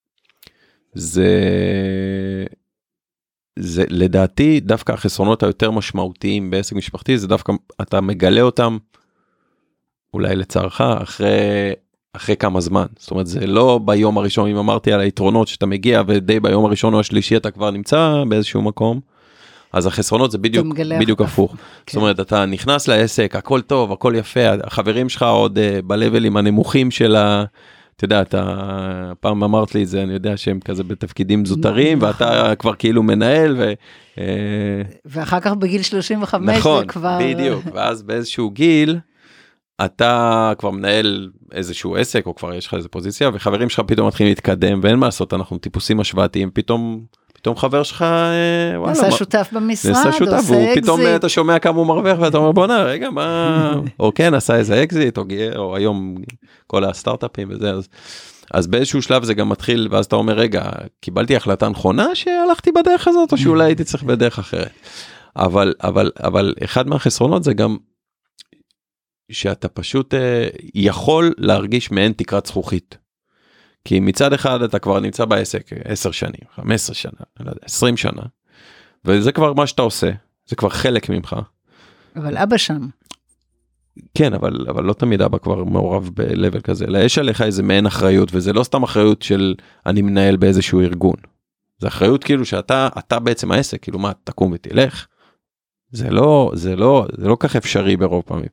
[SPEAKER 3] זה לדעתי דווקא החסרונות היותר משמעותיים בעסק משפחתי, זה דווקא אתה מגלה אותם אולי לצערך אחרי כמה זמן. זאת אומרת, זה לא ביום הראשון, אם אמרתי על היתרונות שאתה מגיע ודי ביום הראשון או השלישי אתה כבר נמצא באיזשהו מקום, אז החסרונות זה בדיוק הפוך. זאת אומרת, אתה נכנס לעסק, הכל טוב, הכל יפה, החברים שלך עוד בלבלים הנמוכים של אתה יודע, אתה פעם אמרת לי את זה, אני יודע שהם כזה בתפקידים זוטרים, ואתה כבר כאילו מנהל,
[SPEAKER 2] ואחר כך בגיל 35
[SPEAKER 3] נכון,
[SPEAKER 2] זה כבר...
[SPEAKER 3] בדיוק, ואז באיזשהו גיל, אתה כבר מנהל איזשהו עסק, או כבר יש לך איזו פוזיציה, וחברים שלך פתאום מתחילים להתקדם, ואין מה לעשות, אנחנו טיפוסים השוואתיים, פתאום חבר שלך,
[SPEAKER 2] נעשה שותף במשרד,
[SPEAKER 3] עושה אקזיט. פתאום אתה שומע כמה הוא מרוויח, ואתה אומר, בוא נראה, רגע, מה... או כן, עשה איזה אקזיט, או היום כל הסטארט-אפים וזה, אז באיזשהו שלב זה גם מתחיל, ואז אתה אומר, רגע, קיבלתי החלטה נכונה שהלכתי בדרך הזאת, או שאולי הייתי צריך בדרך אחרת. אבל אחד מהחסרונות זה גם, שאתה פשוט יכול להרגיש מעין תקרת זכוכית. כי מצד אחד אתה כבר נמצא בעסק 10 שנים, 15 שנה, 20 שנה, וזה כבר מה שאתה עושה, זה כבר חלק ממך.
[SPEAKER 2] אבל אבא שם.
[SPEAKER 3] כן, אבל לא תמיד אבא כבר מעורב בלבל כזה, אלא יש עליך איזה מעין אחריות, וזה לא סתם אחריות של אני מנהל באיזשהו ארגון. זה אחריות כאילו שאתה בעצם העסק, כאילו מה, תקום ותלך. זה לא כך אפשרי ברוב פעמים.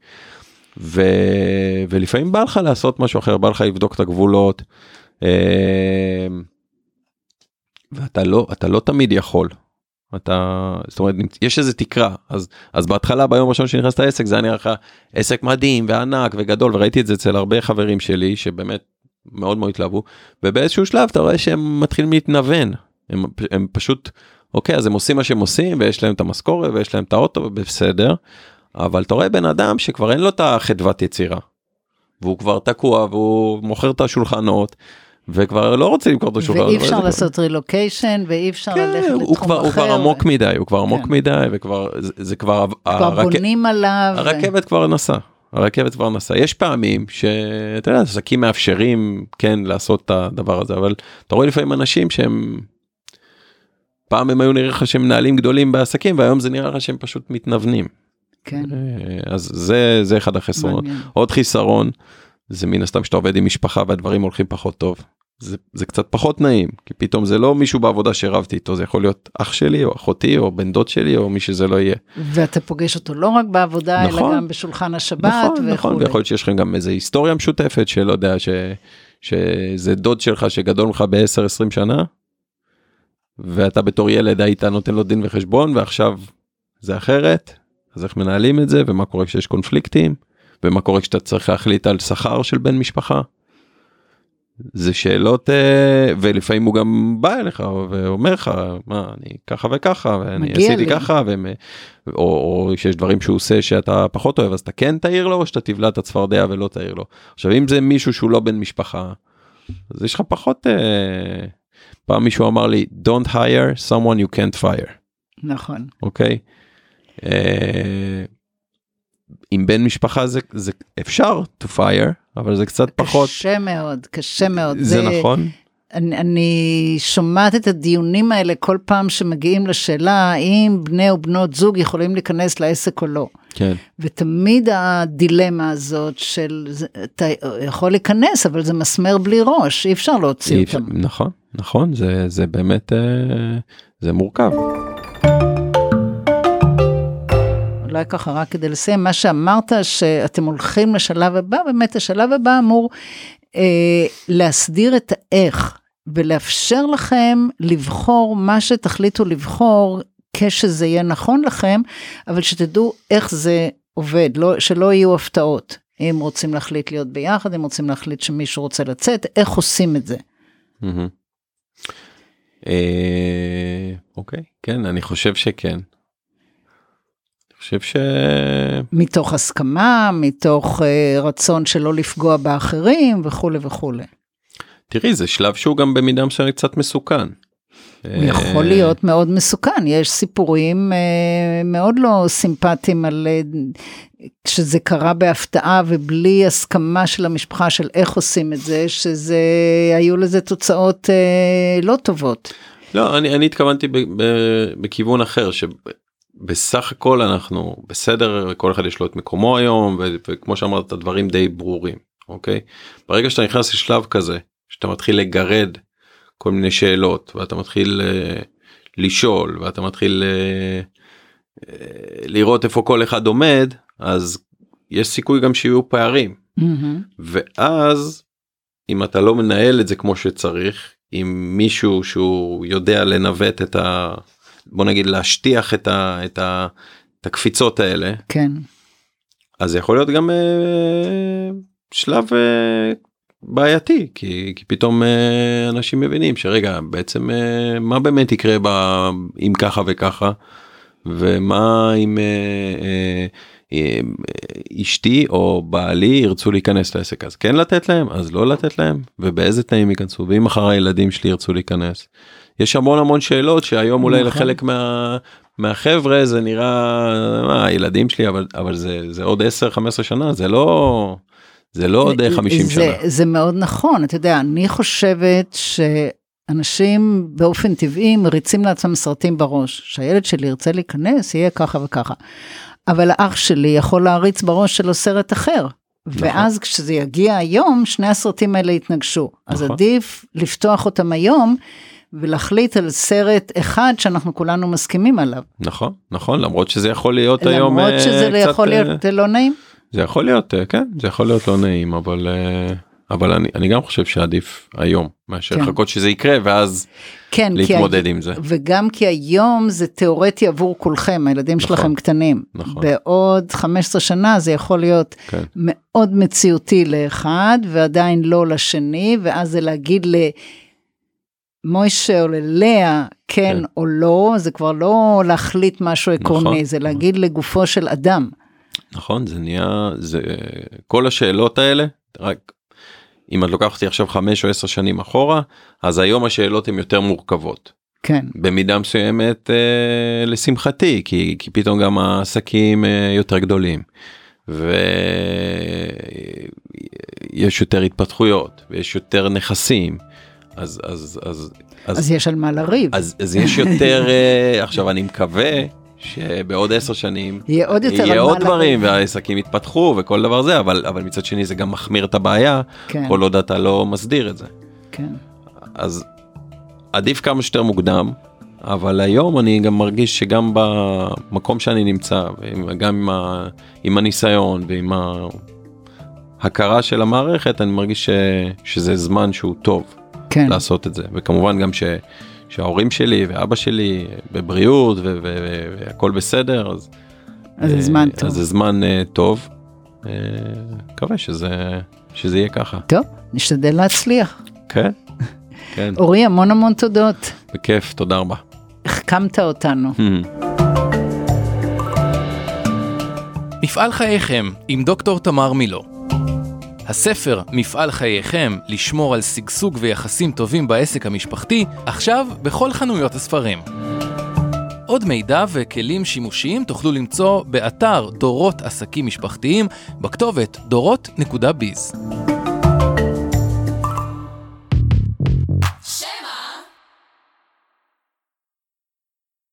[SPEAKER 3] ולפעמים בא לך לעשות משהו אחר, בא לך לבדוק את הגבולות, ואתה לא תמיד יכול. זאת אומרת, יש איזה תקרה, אז בהתחלה ביום הראשון שנכנסת לעסק, זה נראה לך עסק מדהים וענק וגדול, וראיתי את זה אצל הרבה חברים שלי, שבאמת מאוד מאוד התלהבו, ובאיזשהו שלב אתה רואה שהם מתחילים להתנוון, הם פשוט, אוקיי, אז הם עושים מה שהם עושים, ויש להם את המשכורת, ויש להם את האוטו, בסדר, אבל אתה רואה בן אדם שכבר אין לו את החדוות יצירה, והוא כבר תקוע, והוא מוכר את השולחנות, וכבר לא רוצה למכור את השולחנות.
[SPEAKER 2] ואי אפשר לעשות רילוקיישן, ואי אפשר ללכת לתחום אחר.
[SPEAKER 3] הוא כבר עמוק מדי, וכבר, זה כבר...
[SPEAKER 2] כבר בונים עליו.
[SPEAKER 3] הרכבת כבר נסע. יש פעמים שאתה יודע, עסקים מאפשרים, כן, לעשות את הדבר הזה, אבל אתה רואה לפעמים אנשים שהם... פעם הם היו נראה לך שהם מנהלים גדולים בעסקים, והיום זה נראה לך שהם פשוט מתנוונים.
[SPEAKER 2] כן.
[SPEAKER 3] אז זה אחד החסרונות. עוד חיסרון, זה מן הסתם שאתה עובד עם משפחה והדברים הולכים פחות טוב. זה קצת פחות נעים, כי פתאום זה לא מישהו בעבודה שרבתי איתו, זה יכול להיות אח שלי או אחותי או בן דוד שלי או מי שזה לא יהיה.
[SPEAKER 2] ואתה פוגש אותו לא רק בעבודה, אלא גם בשולחן השבת.
[SPEAKER 3] נכון, ויכול להיות שיש לכם גם איזו היסטוריה משותפת שלא יודע שזה דוד שלך שגדול לך ב-10-20 שנה, ואתה בתור ילד היית נותן לו דין וחשבון, ועכשיו זה אחרת, אז איך מנהלים את זה, ומה קורה כשיש קונפליקטים, ומה קורה כשאתה צריך להחליט על שכר של בן משפחה. זה שאלות, ולפעמים הוא גם בא אליך, ואומר לך, מה, אני ככה וככה, ואני עשיתי ככה, או שיש דברים שהוא עושה שאתה פחות אוהב, אז אתה כן תעיר לו, או שאתה תבלע את הצפרדע ולא תעיר לו. עכשיו, אם זה מישהו שהוא לא בן משפחה, אז יש לך פחות... פעם מישהו אמר לי, don't hire someone you can't fire.
[SPEAKER 2] נכון.
[SPEAKER 3] אוקיי? עם בן משפחה זה אפשר to fire, אבל זה קצת פחות.
[SPEAKER 2] קשה מאוד.
[SPEAKER 3] זה נכון.
[SPEAKER 2] אני שומעת את הדיונים האלה כל פעם שמגיעים לשאלה, האם בני או בנות זוג יכולים להיכנס לעסק או לא.
[SPEAKER 3] כן.
[SPEAKER 2] ותמיד הדילמה הזאת של, אתה יכול להיכנס, אבל זה מסמר בלי ראש, אי אפשר להוציא אותם.
[SPEAKER 3] נכון, זה באמת, זה מורכב.
[SPEAKER 2] אולי ככה רק כדי לסיים, מה שאמרת שאתם הולכים לשלב הבא, באמת השלב הבא אמור להסדיר את האיך, ולאפשר לכם לבחור מה שתחליטו לבחור, כשזה יהיה נכון לכם, אבל שתדעו איך זה עובד, שלא יהיו הפתעות. אם רוצים להחליט להיות ביחד, אם רוצים להחליט שמישהו רוצה לצאת, איך עושים את זה?
[SPEAKER 3] אוקיי, כן, אני חושב שכן. אני חושב
[SPEAKER 2] מתוך הסכמה, מתוך רצון שלא לפגוע באחרים, וכו' וכו'.
[SPEAKER 3] תראי, זה שלב שהוא גם במידה מסוימת קצת מסוכן.
[SPEAKER 2] הוא יכול להיות מאוד מסוכן, יש סיפורים מאוד לא סימפטיים על שזה קרה בהפתעה ובלי הסכמה של המשפחה של איך עושים את זה, היו לזה תוצאות לא טובות.
[SPEAKER 3] לא, אני התכוונתי בכיוון אחר, שבסך הכל אנחנו בסדר, כל אחד יש לו את מקומו היום, וכמו שאמרת, הדברים די ברורים, אוקיי? ברגע שאתה נכנס לשלב כזה, שאתה מתחיל לגרד כל מיני שאלות, ואתה מתחיל לשאול, ואתה מתחיל לראות איפה כל אחד עומד, אז יש סיכוי גם שיהיו פערים. ואז, אם אתה לא מנהל את זה כמו שצריך, עם מישהו שהוא יודע לנווט את בוא נגיד להשטיח את הקפיצות האלה,
[SPEAKER 2] כן.
[SPEAKER 3] אז זה יכול להיות גם שלב בעייתי, כי פתאום אנשים מבינים שרגע, בעצם מה באמת יקרה אם ככה וככה, ומה אם אשתי או בעלי ירצו להיכנס לעסק, אז כן לתת להם, אז לא לתת להם, ובאיזה תנאים ייכנסו, ואם אחר הילדים שלי ירצו להיכנס. יש המון שאלות שהיום אולי לחלק מהחבר'ה זה נראה, הילדים שלי, אבל זה עוד 10-15 שנה, זה לא עוד 50 שנה.
[SPEAKER 2] זה מאוד נכון, אתה יודע, אני חושבת שאנשים באופן טבעי מריצים לעצמם סרטים בראש, שהילד שלי ירצה להיכנס, יהיה ככה וככה. אבל האח שלי יכול להריץ בראש שלו סרט אחר, ואז כשזה יגיע היום, שני הסרטים האלה יתנגשו. אז עדיף לפתוח אותם היום, ולהחליט על סרט אחד שאנחנו כולנו מסכימים עליו.
[SPEAKER 3] נכון, למרות שזה יכול להיות היום
[SPEAKER 2] למרות שזה יכול להיות לא נעים.
[SPEAKER 3] זה יכול להיות, כן, זה יכול להיות לא נעים, אבל אני גם חושב שעדיף היום, מאשר לחכות שזה יקרה, ואז להתמודד עם זה.
[SPEAKER 2] וגם כי היום זה תיאורטי עבור כולכם, הילדים שלכם קטנים. בעוד 15 שנה זה יכול להיות מאוד מציאותי לאחד, ועדיין לא לשני, ואז זה להגיד למוישה או ללאה, כן או לא, זה כבר לא להחליט משהו עקרוני, זה להגיד לגופו של אדם.
[SPEAKER 3] נכון, זה נהיה, כל השאלות האלה, רק אם את לוקחת עכשיו 5 או 10 שנים אחורה, אז היום השאלות הן יותר מורכבות.
[SPEAKER 2] כן.
[SPEAKER 3] במידה מסוימת לשמחתי, כי פתאום גם העסקים יותר גדולים, ויש יותר התפתחויות, ויש יותר נכסים,
[SPEAKER 2] אז יש על מה לריב.
[SPEAKER 3] אז יש יותר, עכשיו אני מקווה, שבעוד 10 שנים
[SPEAKER 2] יהיה
[SPEAKER 3] עוד דברים והעסקים יתפתחו וכל דבר זה, אבל מצד שני זה גם מחמיר את הבעיה, כל עוד אתה לא מסדיר את זה.
[SPEAKER 2] כן.
[SPEAKER 3] אז עדיף כמה שיותר מוקדם, אבל היום אני גם מרגיש שגם במקום שאני נמצא, וגם עם הניסיון ועם ההכרה של המערכת, אני מרגיש שזה זמן שהוא טוב לעשות את זה. וכמובן גם שההורים שלי ואבא שלי בבריאות והכל בסדר, אז
[SPEAKER 2] זה זמן טוב.
[SPEAKER 3] אז זה זמן טוב. מקווה שזה יהיה ככה.
[SPEAKER 2] טוב, נשתדל להצליח.
[SPEAKER 3] כן, כן.
[SPEAKER 2] אורי, המון תודות.
[SPEAKER 3] בכיף, תודה רבה.
[SPEAKER 2] החכמת אותנו.
[SPEAKER 1] מפעל חייכם עם דוקטור תמר מילו. הספר מפעל חייכם, לשמור על שגשוג ויחסים טובים בעסק המשפחתי, עכשיו בכל חנויות הספרים. עוד מידע וכלים שימושיים תוכלו למצוא באתר דורות עסקים משפחתיים, בכתובת doros.biz.